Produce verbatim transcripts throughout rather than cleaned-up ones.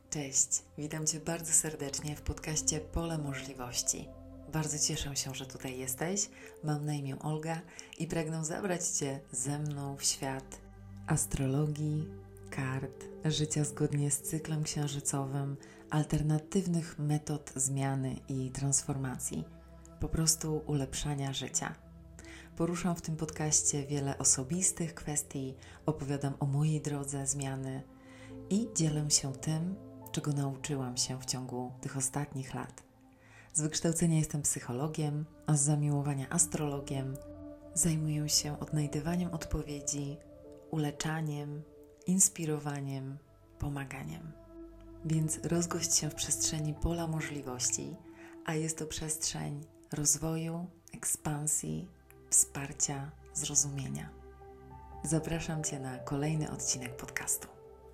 Cześć, witam Cię bardzo serdecznie w podcaście Pole Możliwości. Bardzo cieszę się, że tutaj jesteś. Mam na imię Olga i pragnę zabrać Cię ze mną w świat astrologii, kart, życia zgodnie z cyklem księżycowym, alternatywnych metod zmiany i transformacji, po prostu ulepszania życia. Poruszam w tym podcaście wiele osobistych kwestii, opowiadam o mojej drodze zmiany i dzielę się tym, czego nauczyłam się w ciągu tych ostatnich lat. Z wykształcenia jestem psychologiem, a z zamiłowania astrologiem. Zajmuję się odnajdywaniem odpowiedzi, uleczaniem, inspirowaniem, pomaganiem. Więc rozgość się w przestrzeni pola możliwości, a jest to przestrzeń rozwoju, ekspansji, wsparcia, zrozumienia. Zapraszam Cię na kolejny odcinek podcastu.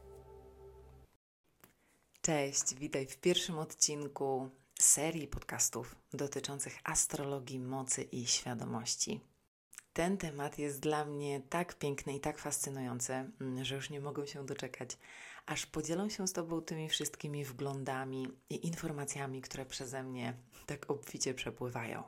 Cześć, witaj w pierwszym odcinku serii podcastów dotyczących astrologii, mocy i świadomości. Ten temat jest dla mnie tak piękny i tak fascynujący, że już nie mogę się doczekać, aż podzielę się z Tobą tymi wszystkimi wglądami i informacjami, które przeze mnie tak obficie przepływają.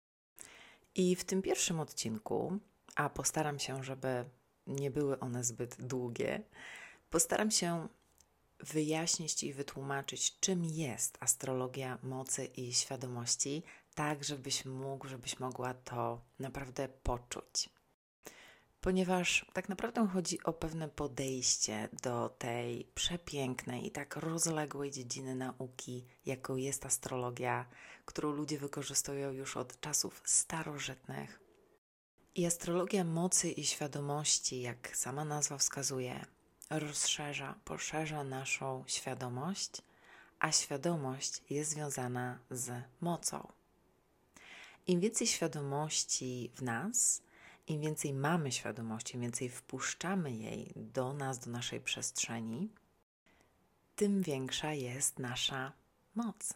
I w tym pierwszym odcinku, a postaram się, żeby nie były one zbyt długie, postaram się wyjaśnić i wytłumaczyć, czym jest astrologia mocy i świadomości, tak żebyś mógł, żebyś mogła to naprawdę poczuć. Ponieważ tak naprawdę chodzi o pewne podejście do tej przepięknej i tak rozległej dziedziny nauki, jaką jest astrologia, którą ludzie wykorzystują już od czasów starożytnych. I astrologia mocy i świadomości, jak sama nazwa wskazuje, rozszerza, poszerza naszą świadomość, a świadomość jest związana z mocą. Im więcej świadomości w nas, im więcej mamy świadomości, im więcej wpuszczamy jej do nas, do naszej przestrzeni, tym większa jest nasza moc.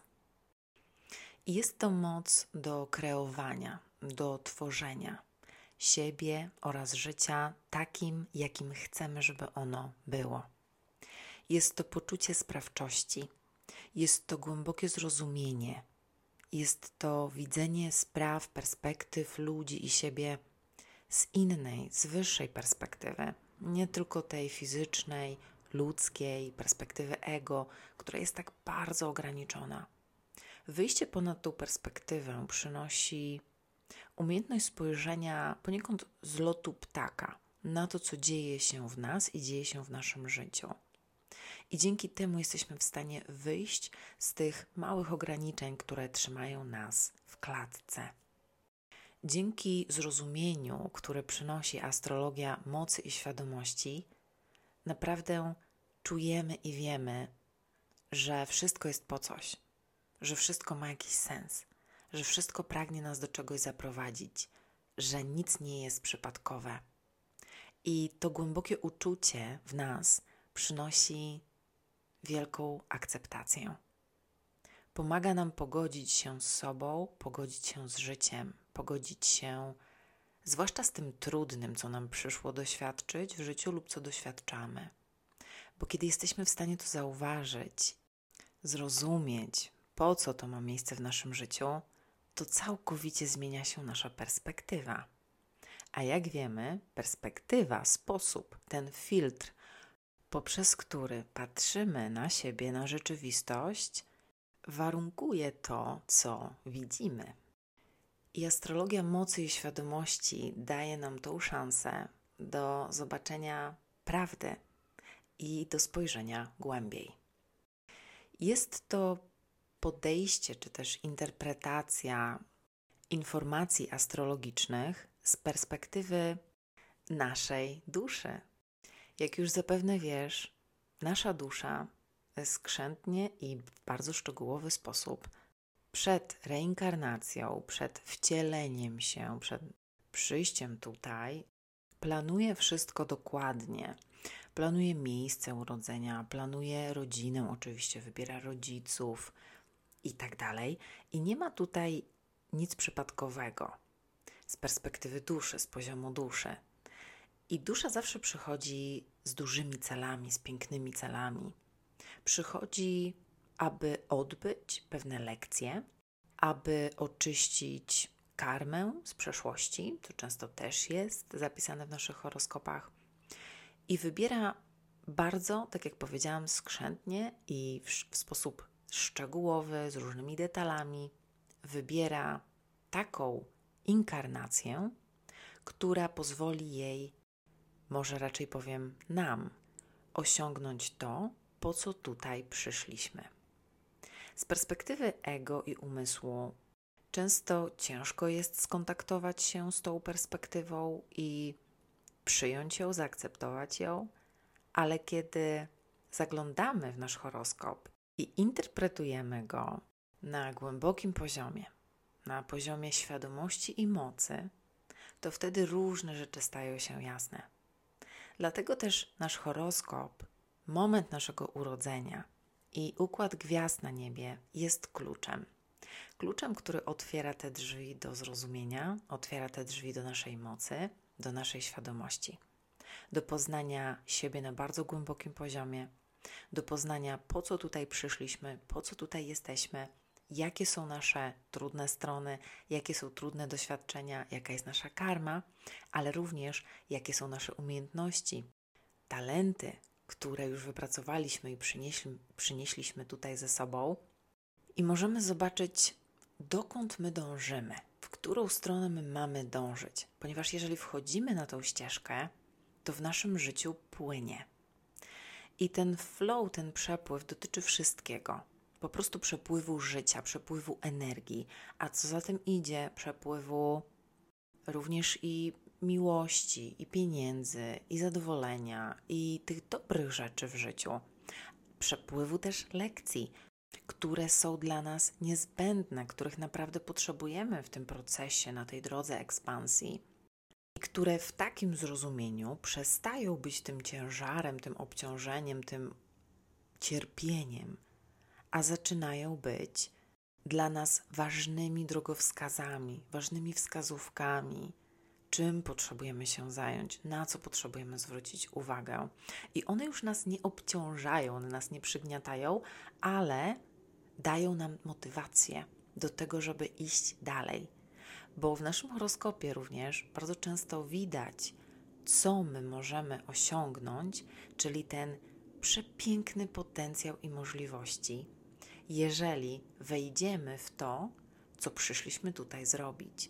I jest to moc do kreowania, do tworzenia siebie oraz życia takim, jakim chcemy, żeby ono było. Jest to poczucie sprawczości, jest to głębokie zrozumienie, jest to widzenie spraw, perspektyw ludzi i siebie z innej, z wyższej perspektywy, nie tylko tej fizycznej, ludzkiej, perspektywy ego, która jest tak bardzo ograniczona. Wyjście ponad tą perspektywę przynosi umiejętność spojrzenia poniekąd z lotu ptaka na to, co dzieje się w nas i dzieje się w naszym życiu. I dzięki temu jesteśmy w stanie wyjść z tych małych ograniczeń, które trzymają nas w klatce. Dzięki zrozumieniu, które przynosi astrologia mocy i świadomości, naprawdę czujemy i wiemy, że wszystko jest po coś, że wszystko ma jakiś sens, że wszystko pragnie nas do czegoś zaprowadzić, że nic nie jest przypadkowe. I to głębokie uczucie w nas przynosi wielką akceptację. Pomaga nam pogodzić się z sobą, pogodzić się z życiem, pogodzić się zwłaszcza z tym trudnym, co nam przyszło doświadczyć w życiu lub co doświadczamy. Bo kiedy jesteśmy w stanie to zauważyć, zrozumieć, po co to ma miejsce w naszym życiu, to całkowicie zmienia się nasza perspektywa. A jak wiemy, perspektywa, sposób, ten filtr, poprzez który patrzymy na siebie, na rzeczywistość, warunkuje to, co widzimy. I astrologia mocy i świadomości daje nam tą szansę do zobaczenia prawdy i do spojrzenia głębiej. Jest to podejście, czy też interpretacja informacji astrologicznych z perspektywy naszej duszy. Jak już zapewne wiesz, nasza dusza skrzętnie i w bardzo szczegółowy sposób przed reinkarnacją, przed wcieleniem się, przed przyjściem tutaj, planuje wszystko dokładnie. Planuje miejsce urodzenia, planuje rodzinę, oczywiście wybiera rodziców i tak dalej. I nie ma tutaj nic przypadkowego z perspektywy duszy, z poziomu duszy. I dusza zawsze przychodzi z dużymi celami, z pięknymi celami. przychodzi, aby odbyć pewne lekcje, aby oczyścić karmę z przeszłości, to często też jest zapisane w naszych horoskopach, i wybiera bardzo, tak jak powiedziałam, skrzętnie i w, w sposób szczegółowy, z różnymi detalami, wybiera taką inkarnację, która pozwoli jej, może raczej powiem nam, osiągnąć to, po co tutaj przyszliśmy. Z perspektywy ego i umysłu często ciężko jest skontaktować się z tą perspektywą i przyjąć ją, zaakceptować ją, ale kiedy zaglądamy w nasz horoskop i interpretujemy go na głębokim poziomie, na poziomie świadomości i mocy, to wtedy różne rzeczy stają się jasne. Dlatego też nasz horoskop, moment naszego urodzenia i układ gwiazd na niebie jest kluczem. Kluczem, który otwiera te drzwi do zrozumienia, otwiera te drzwi do naszej mocy, do naszej świadomości, do poznania siebie na bardzo głębokim poziomie, do poznania, po co tutaj przyszliśmy, po co tutaj jesteśmy, jakie są nasze trudne strony, jakie są trudne doświadczenia, jaka jest nasza karma, ale również jakie są nasze umiejętności, talenty, które już wypracowaliśmy i przynieśli, przynieśliśmy tutaj ze sobą, i możemy zobaczyć, dokąd my dążymy, w którą stronę my mamy dążyć, ponieważ jeżeli wchodzimy na tą ścieżkę, to w naszym życiu płynie. I ten flow, ten przepływ dotyczy wszystkiego. Po prostu przepływu życia, przepływu energii, a co za tym idzie, przepływu również i miłości, i pieniędzy, i zadowolenia, i tych dobrych rzeczy w życiu. Przepływu też lekcji, które są dla nas niezbędne, których naprawdę potrzebujemy w tym procesie, na tej drodze ekspansji, i które w takim zrozumieniu przestają być tym ciężarem, tym obciążeniem, tym cierpieniem, a zaczynają być dla nas ważnymi drogowskazami, ważnymi wskazówkami, czym potrzebujemy się zająć, na co potrzebujemy zwrócić uwagę. I one już nas nie obciążają, one nas nie przygniatają, ale dają nam motywację do tego, żeby iść dalej. Bo w naszym horoskopie również bardzo często widać, co my możemy osiągnąć, czyli ten przepiękny potencjał i możliwości, jeżeli wejdziemy w to, co przyszliśmy tutaj zrobić.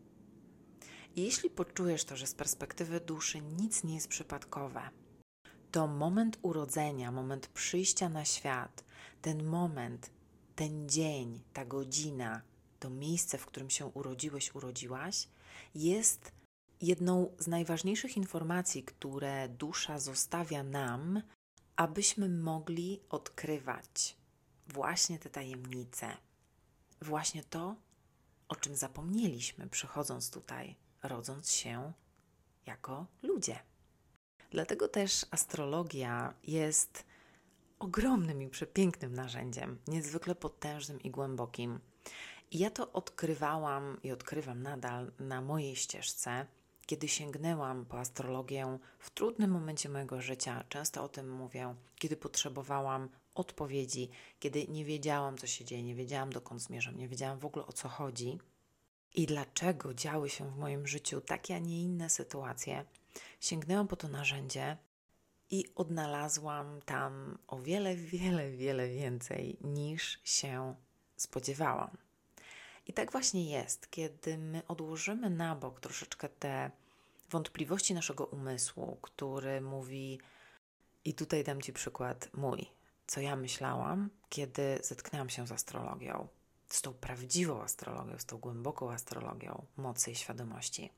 I jeśli poczujesz to, że z perspektywy duszy nic nie jest przypadkowe, to moment urodzenia, moment przyjścia na świat, ten moment, ten dzień, ta godzina, to miejsce, w którym się urodziłeś, urodziłaś, jest jedną z najważniejszych informacji, które dusza zostawia nam, abyśmy mogli odkrywać właśnie te tajemnice, właśnie to, o czym zapomnieliśmy, przychodząc tutaj, rodząc się jako ludzie. Dlatego też astrologia jest ogromnym i przepięknym narzędziem, niezwykle potężnym i głębokim. I ja to odkrywałam i odkrywam nadal na mojej ścieżce, kiedy sięgnęłam po astrologię w trudnym momencie mojego życia. Często o tym mówię, kiedy potrzebowałam odpowiedzi, kiedy nie wiedziałam, co się dzieje, nie wiedziałam, dokąd zmierzam, nie wiedziałam w ogóle, o co chodzi i dlaczego działy się w moim życiu takie, a nie inne sytuacje. Sięgnęłam po to narzędzie i odnalazłam tam o wiele, wiele, wiele więcej niż się spodziewałam. I tak właśnie jest, kiedy my odłożymy na bok troszeczkę te wątpliwości naszego umysłu, który mówi, i tutaj dam Ci przykład mój, co ja myślałam, kiedy zetknęłam się z astrologią, z tą prawdziwą astrologią, z tą głęboką astrologią mocy i świadomości.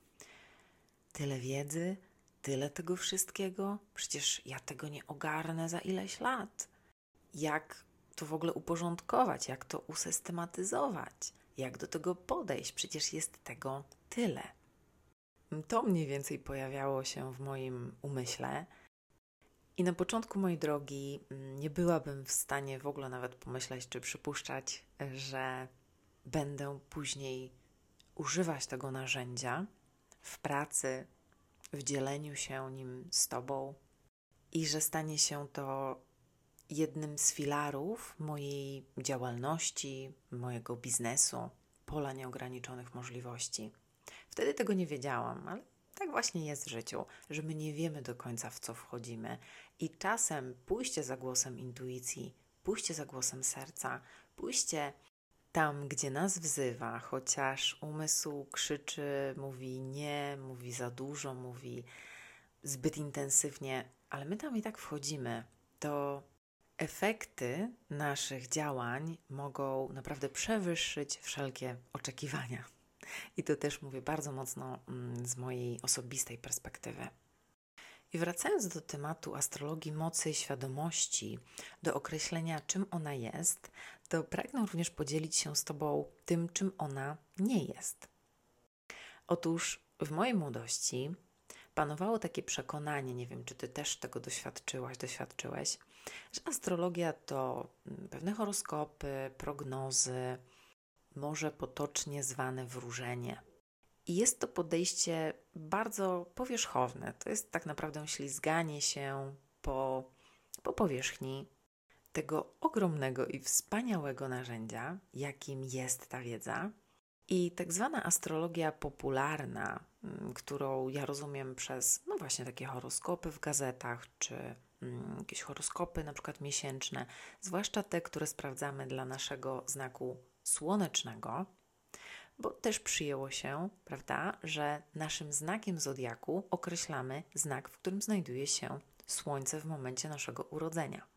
Tyle wiedzy, tyle tego wszystkiego, przecież ja tego nie ogarnę za ileś lat. Jak to w ogóle uporządkować, jak to usystematyzować, jak do tego podejść, przecież jest tego tyle. To mniej więcej pojawiało się w moim umyśle i na początku mojej drogi nie byłabym w stanie w ogóle nawet pomyśleć czy przypuszczać, że będę później używać tego narzędzia w pracy, w dzieleniu się nim z Tobą i że stanie się to jednym z filarów mojej działalności, mojego biznesu, pola nieograniczonych możliwości. Wtedy tego nie wiedziałam, ale tak właśnie jest w życiu, że my nie wiemy do końca, w co wchodzimy i czasem pójście za głosem intuicji, pójście za głosem serca, pójście tam, gdzie nas wzywa, chociaż umysł krzyczy, mówi nie, mówi za dużo, mówi zbyt intensywnie, ale my tam i tak wchodzimy, to efekty naszych działań mogą naprawdę przewyższyć wszelkie oczekiwania. I to też mówię bardzo mocno z mojej osobistej perspektywy. I wracając do tematu astrologii mocy i świadomości, do określenia, czym ona jest, to pragnę również podzielić się z Tobą tym, czym ona nie jest. Otóż w mojej młodości panowało takie przekonanie, nie wiem, czy Ty też tego doświadczyłaś, doświadczyłeś, że astrologia to pewne horoskopy, prognozy, może potocznie zwane wróżenie. I jest to podejście bardzo powierzchowne. To jest tak naprawdę ślizganie się po, po powierzchni tego ogromnego i wspaniałego narzędzia, jakim jest ta wiedza. I tak zwana astrologia popularna, którą ja rozumiem przez, no właśnie, takie horoskopy w gazetach, czy mm, jakieś horoskopy na przykład miesięczne, zwłaszcza te, które sprawdzamy dla naszego znaku słonecznego, bo też przyjęło się, prawda, że naszym znakiem zodiaku określamy znak, w którym znajduje się Słońce w momencie naszego urodzenia.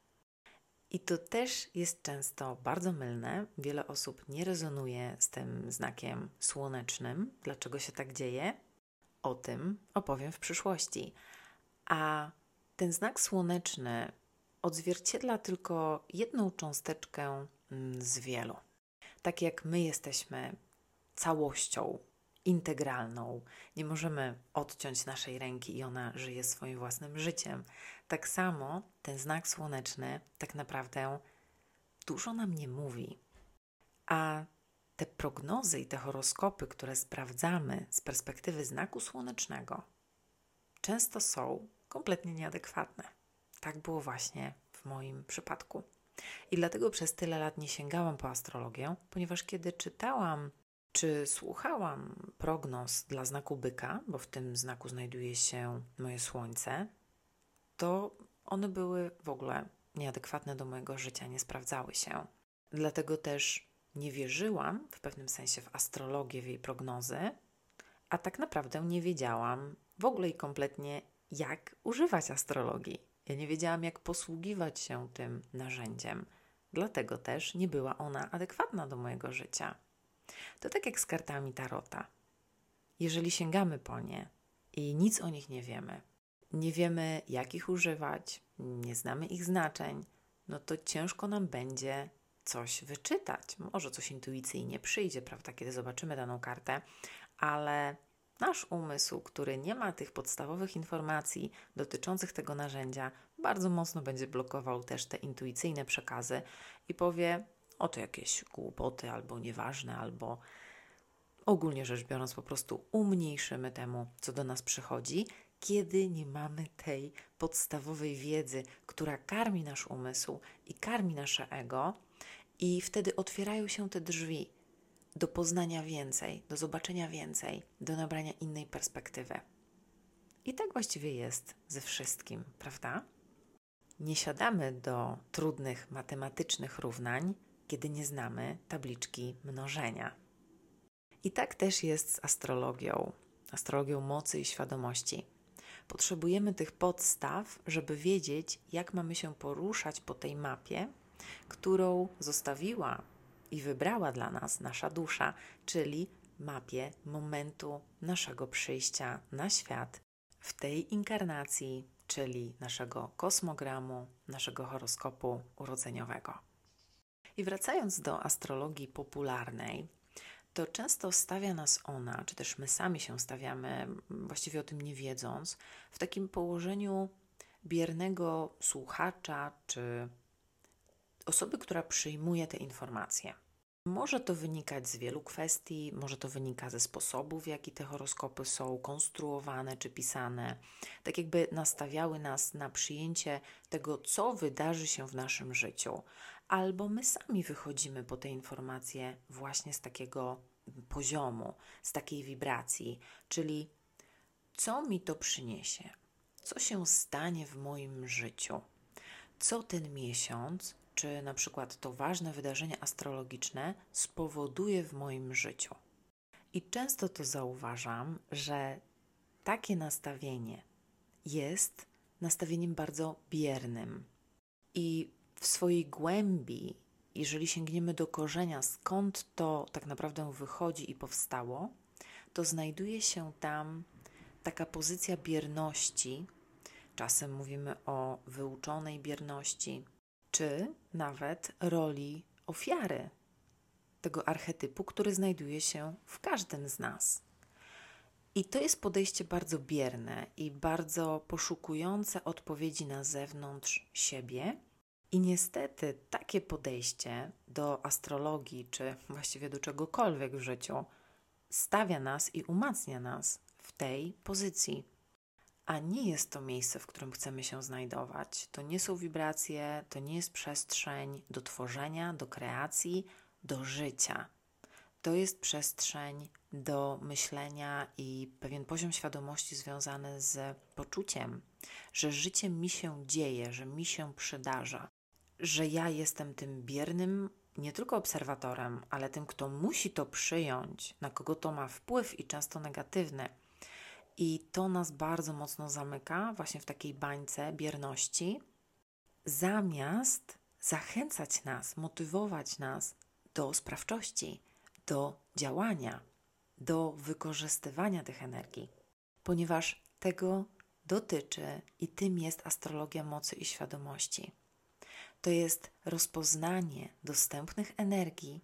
I to też jest często bardzo mylne. Wiele osób nie rezonuje z tym znakiem słonecznym. Dlaczego się tak dzieje? O tym opowiem w przyszłości. A ten znak słoneczny odzwierciedla tylko jedną cząsteczkę z wielu. Tak jak my jesteśmy całością, integralną, nie możemy odciąć naszej ręki i ona żyje swoim własnym życiem. Tak samo ten znak słoneczny tak naprawdę dużo nam nie mówi. A te prognozy i te horoskopy, które sprawdzamy z perspektywy znaku słonecznego, często są kompletnie nieadekwatne. Tak było właśnie w moim przypadku. I dlatego przez tyle lat nie sięgałam po astrologię, ponieważ kiedy czytałam czy słuchałam prognoz dla znaku byka, bo w tym znaku znajduje się moje słońce, to one były w ogóle nieadekwatne do mojego życia, nie sprawdzały się. Dlatego też nie wierzyłam w pewnym sensie w astrologię, w jej prognozy, a tak naprawdę nie wiedziałam w ogóle i kompletnie, jak używać astrologii. Ja nie wiedziałam, jak posługiwać się tym narzędziem. Dlatego też nie była ona adekwatna do mojego życia. To tak jak z kartami tarota. Jeżeli sięgamy po nie i nic o nich nie wiemy, nie wiemy, jak ich używać, nie znamy ich znaczeń, no to ciężko nam będzie coś wyczytać. Może coś intuicyjnie przyjdzie, prawda, kiedy zobaczymy daną kartę, ale nasz umysł, który nie ma tych podstawowych informacji dotyczących tego narzędzia, bardzo mocno będzie blokował też te intuicyjne przekazy i powie: o, to jakieś głupoty, albo nieważne, albo ogólnie rzecz biorąc po prostu umniejszymy temu, co do nas przychodzi, kiedy nie mamy tej podstawowej wiedzy, która karmi nasz umysł i karmi nasze ego, i wtedy otwierają się te drzwi do poznania więcej, do zobaczenia więcej, do nabrania innej perspektywy. I tak właściwie jest ze wszystkim, prawda? Nie siadamy do trudnych matematycznych równań, kiedy nie znamy tabliczki mnożenia. I tak też jest z astrologią, astrologią mocy i świadomości. Potrzebujemy tych podstaw, żeby wiedzieć, jak mamy się poruszać po tej mapie, którą zostawiła i wybrała dla nas nasza dusza, czyli mapie momentu naszego przyjścia na świat w tej inkarnacji, czyli naszego kosmogramu, naszego horoskopu urodzeniowego. I wracając do astrologii popularnej, to często stawia nas ona, czy też my sami się stawiamy, właściwie o tym nie wiedząc, w takim położeniu biernego słuchacza, czy osoby, która przyjmuje te informacje. Może to wynikać z wielu kwestii, może to wynika ze sposobu, w jaki te horoskopy są konstruowane czy pisane. Tak jakby nastawiały nas na przyjęcie tego, co wydarzy się w naszym życiu. Albo my sami wychodzimy po te informacje właśnie z takiego poziomu, z takiej wibracji, czyli co mi to przyniesie, co się stanie w moim życiu, co ten miesiąc, czy na przykład to ważne wydarzenie astrologiczne spowoduje w moim życiu. I często to zauważam, że takie nastawienie jest nastawieniem bardzo biernym. I w swojej głębi, jeżeli sięgniemy do korzenia, skąd to tak naprawdę wychodzi i powstało, to znajduje się tam taka pozycja bierności. Czasem mówimy o wyuczonej bierności, czy nawet roli ofiary, tego archetypu, który znajduje się w każdym z nas. I to jest podejście bardzo bierne i bardzo poszukujące odpowiedzi na zewnątrz siebie. I niestety takie podejście do astrologii, czy właściwie do czegokolwiek w życiu, stawia nas i umacnia nas w tej pozycji. A nie jest to miejsce, w którym chcemy się znajdować. To nie są wibracje, to nie jest przestrzeń do tworzenia, do kreacji, do życia. To jest przestrzeń do myślenia i pewien poziom świadomości związany z poczuciem, że życie mi się dzieje, że mi się przydarza, że ja jestem tym biernym, nie tylko obserwatorem, ale tym, kto musi to przyjąć, na kogo to ma wpływ i często negatywny. I to nas bardzo mocno zamyka właśnie w takiej bańce bierności, zamiast zachęcać nas, motywować nas do sprawczości, do działania, do wykorzystywania tych energii. Ponieważ tego dotyczy i tym jest astrologia mocy i świadomości. To jest rozpoznanie dostępnych energii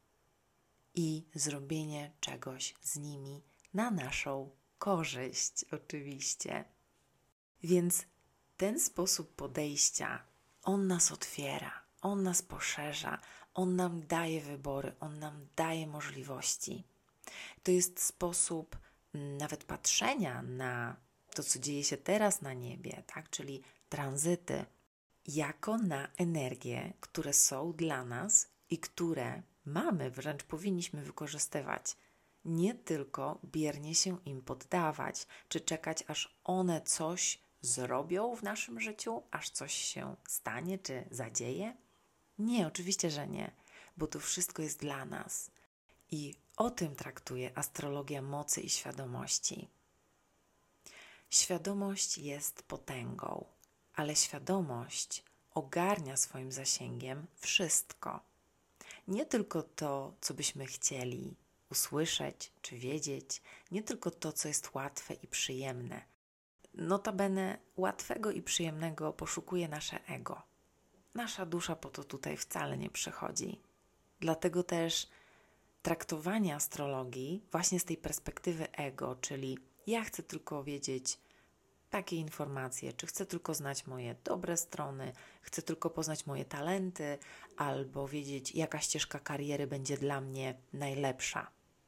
i zrobienie czegoś z nimi na naszą korzyść, oczywiście. Więc ten sposób podejścia, on nas otwiera, on nas poszerza, on nam daje wybory, on nam daje możliwości. To jest sposób nawet patrzenia na to, co dzieje się teraz na niebie, tak? Czyli tranzyty, jako na energie, które są dla nas i które mamy, wręcz powinniśmy wykorzystywać. Nie tylko biernie się im poddawać, czy czekać, aż one coś zrobią w naszym życiu, aż coś się stanie, czy zadzieje. Nie, oczywiście, że nie, bo to wszystko jest dla nas. I o tym traktuje astrologia mocy i świadomości. Świadomość jest potęgą, ale świadomość ogarnia swoim zasięgiem wszystko. Nie tylko to, co byśmy chcieli usłyszeć czy wiedzieć, nie tylko to, co jest łatwe i przyjemne. Notabene łatwego i przyjemnego poszukuje nasze ego. Nasza dusza po to tutaj wcale nie przychodzi. Dlatego też traktowanie astrologii właśnie z tej perspektywy ego, czyli ja chcę tylko wiedzieć takie informacje, czy chcę tylko znać moje dobre strony, chcę tylko poznać moje talenty, albo wiedzieć, jaka ścieżka kariery będzie dla mnie najlepsza.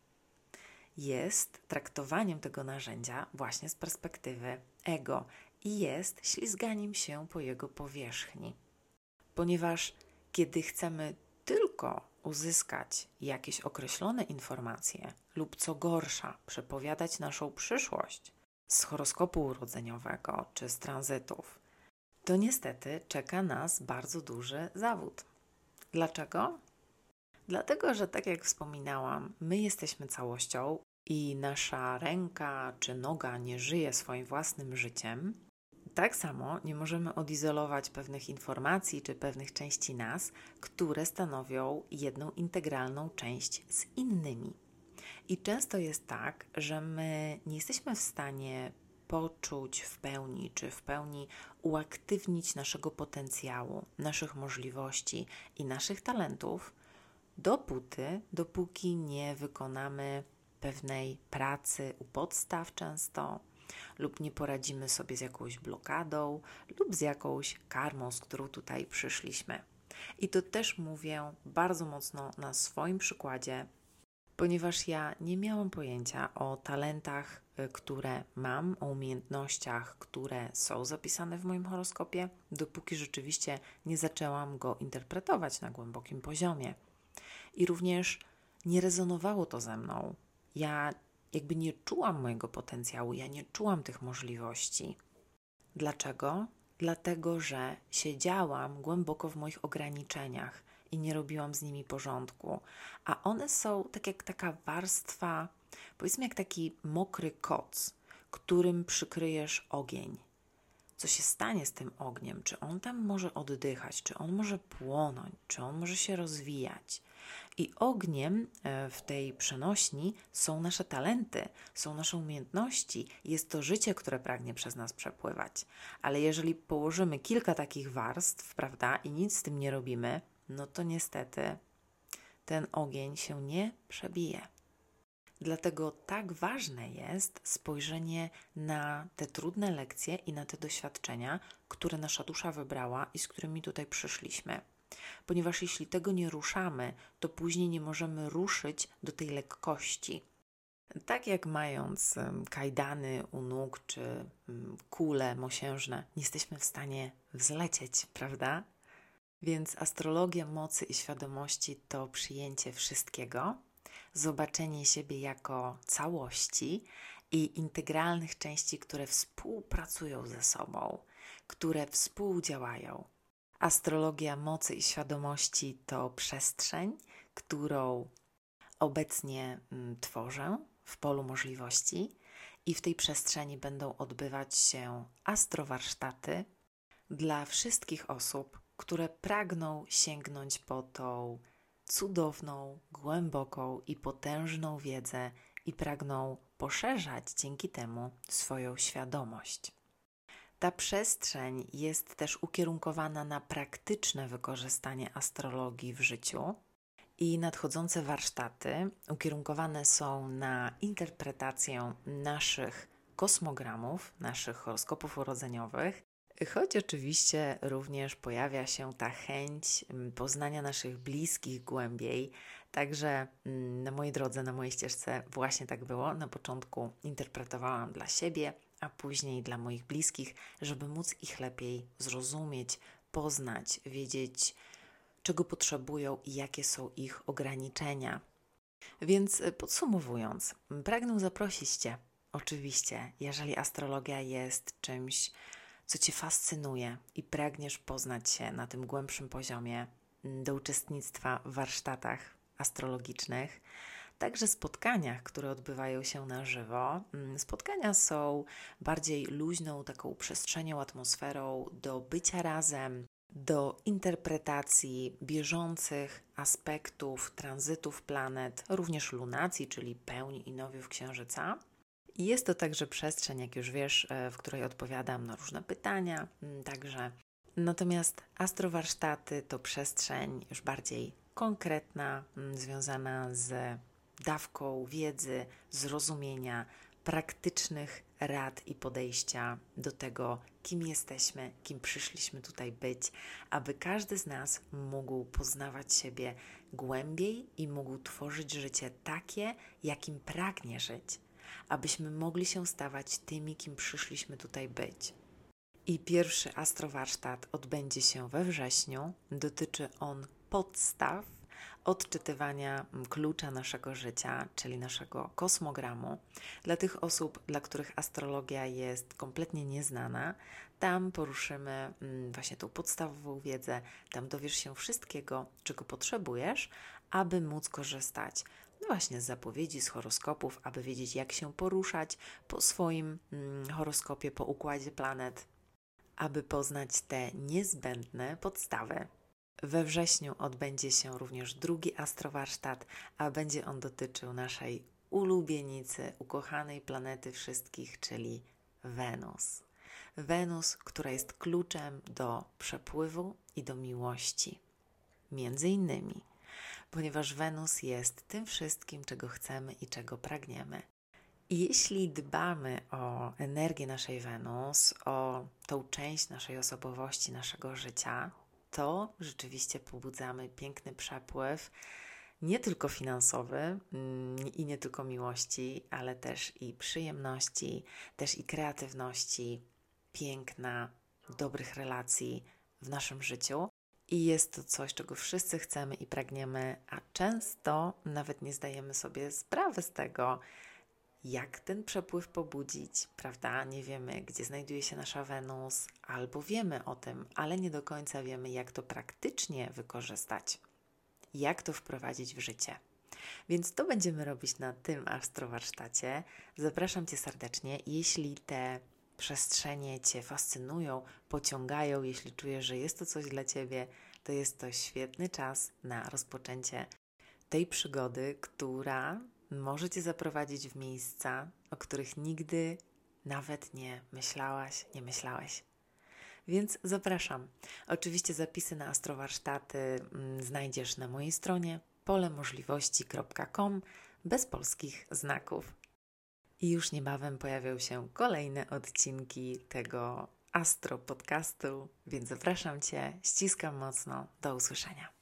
Jest traktowaniem tego narzędzia właśnie z perspektywy ego i jest ślizganiem się po jego powierzchni. Ponieważ kiedy chcemy tylko uzyskać jakieś określone informacje lub co gorsza, przepowiadać naszą przyszłość z horoskopu urodzeniowego czy z tranzytów, to niestety czeka nas bardzo duży zawód. Dlaczego? Dlatego, że tak jak wspominałam, my jesteśmy całością i nasza ręka czy noga nie żyje swoim własnym życiem. Tak samo nie możemy odizolować pewnych informacji czy pewnych części nas, które stanowią jedną integralną część z innymi. I często jest tak, że my nie jesteśmy w stanie poczuć w pełni, czy w pełni uaktywnić naszego potencjału, naszych możliwości i naszych talentów, dopóty, dopóki nie wykonamy pewnej pracy u podstaw często, lub nie poradzimy sobie z jakąś blokadą, lub z jakąś karmą, z którą tutaj przyszliśmy. I to też mówię bardzo mocno na swoim przykładzie, ponieważ ja nie miałam pojęcia o talentach, które mam, o umiejętnościach, które są zapisane w moim horoskopie, dopóki rzeczywiście nie zaczęłam go interpretować na głębokim poziomie. I również nie rezonowało to ze mną. Ja jakby nie czułam mojego potencjału, ja nie czułam tych możliwości. Dlaczego? Dlatego, że siedziałam głęboko w moich ograniczeniach i nie robiłam z nimi porządku. A one są tak jak taka warstwa, powiedzmy jak taki mokry koc, którym przykryjesz ogień. Co się stanie z tym ogniem? Czy on tam może oddychać? Czy on może płonąć? Czy on może się rozwijać? I ogniem w tej przenośni są nasze talenty, są nasze umiejętności, jest to życie, które pragnie przez nas przepływać. Ale jeżeli położymy kilka takich warstw, prawda, i nic z tym nie robimy, no to niestety ten ogień się nie przebije. Dlatego tak ważne jest spojrzenie na te trudne lekcje i na te doświadczenia, które nasza dusza wybrała i z którymi tutaj przyszliśmy. Ponieważ jeśli tego nie ruszamy, to później nie możemy ruszyć do tej lekkości. Tak jak mając kajdany u nóg czy kule mosiężne, nie jesteśmy w stanie wzlecieć, prawda? Więc astrologia mocy i świadomości to przyjęcie wszystkiego, zobaczenie siebie jako całości i integralnych części, które współpracują ze sobą, które współdziałają. Astrologia mocy i świadomości to przestrzeń, którą obecnie mm, tworzę w polu możliwości i w tej przestrzeni będą odbywać się astrowarsztaty dla wszystkich osób, które pragną sięgnąć po tą cudowną, głęboką i potężną wiedzę i pragną poszerzać dzięki temu swoją świadomość. Ta przestrzeń jest też ukierunkowana na praktyczne wykorzystanie astrologii w życiu i nadchodzące warsztaty ukierunkowane są na interpretację naszych kosmogramów, naszych horoskopów urodzeniowych, choć oczywiście również pojawia się ta chęć poznania naszych bliskich głębiej. Także na mojej drodze, na mojej ścieżce właśnie tak było. Na początku interpretowałam dla siebie, a później dla moich bliskich, żeby móc ich lepiej zrozumieć, poznać, wiedzieć, czego potrzebują i jakie są ich ograniczenia. Więc podsumowując, pragnę zaprosić Cię, oczywiście, jeżeli astrologia jest czymś, co Cię fascynuje i pragniesz poznać się na tym głębszym poziomie, do uczestnictwa w warsztatach astrologicznych, także spotkaniach, które odbywają się na żywo. Spotkania są bardziej luźną, taką przestrzenią, atmosferą do bycia razem, do interpretacji bieżących aspektów tranzytów planet, również lunacji, czyli pełni i nowiów księżyca. I jest to także przestrzeń, jak już wiesz, w której odpowiadam na różne pytania, także. Natomiast astrowarsztaty to przestrzeń już bardziej konkretna, związana z dawką wiedzy, zrozumienia, praktycznych rad i podejścia do tego, kim jesteśmy, kim przyszliśmy tutaj być, aby każdy z nas mógł poznawać siebie głębiej i mógł tworzyć życie takie, jakim pragnie żyć, abyśmy mogli się stawać tymi, kim przyszliśmy tutaj być. I pierwszy astrowarsztat odbędzie się we wrześniu. Dotyczy on podstaw odczytywania klucza naszego życia, czyli naszego kosmogramu. Dla tych osób, dla których astrologia jest kompletnie nieznana, tam poruszymy właśnie tą podstawową wiedzę, tam dowiesz się wszystkiego, czego potrzebujesz, aby móc korzystać no właśnie z zapowiedzi, z horoskopów, aby wiedzieć, jak się poruszać po swoim mm, horoskopie, po układzie planet, aby poznać te niezbędne podstawy. We wrześniu odbędzie się również drugi astrowarsztat, a będzie on dotyczył naszej ulubienicy, ukochanej planety wszystkich, czyli Wenus. Wenus, która jest kluczem do przepływu i do miłości. Między innymi, ponieważ Wenus jest tym wszystkim, czego chcemy i czego pragniemy. I jeśli dbamy o energię naszej Wenus, o tą część naszej osobowości, naszego życia, to rzeczywiście pobudzamy piękny przepływ, nie tylko finansowy i nie tylko miłości, ale też i przyjemności, też i kreatywności, piękna, dobrych relacji w naszym życiu. I jest to coś, czego wszyscy chcemy i pragniemy, a często nawet nie zdajemy sobie sprawy z tego, jak ten przepływ pobudzić, prawda? Nie wiemy, gdzie znajduje się nasza Wenus, albo wiemy o tym, ale nie do końca wiemy, jak to praktycznie wykorzystać, jak to wprowadzić w życie. Więc to będziemy robić na tym astrowarsztacie. Zapraszam Cię serdecznie. Jeśli te przestrzenie Cię fascynują, pociągają, jeśli czujesz, że jest to coś dla Ciebie, to jest to świetny czas na rozpoczęcie tej przygody, która może Cię zaprowadzić w miejsca, o których nigdy nawet nie myślałaś, nie myślałeś. Więc zapraszam. Oczywiście zapisy na astrowarsztaty mm, znajdziesz na mojej stronie polemożliwości kropka com bez polskich znaków. I już niebawem pojawią się kolejne odcinki tego astro podcastu, więc zapraszam Cię, ściskam mocno, do usłyszenia.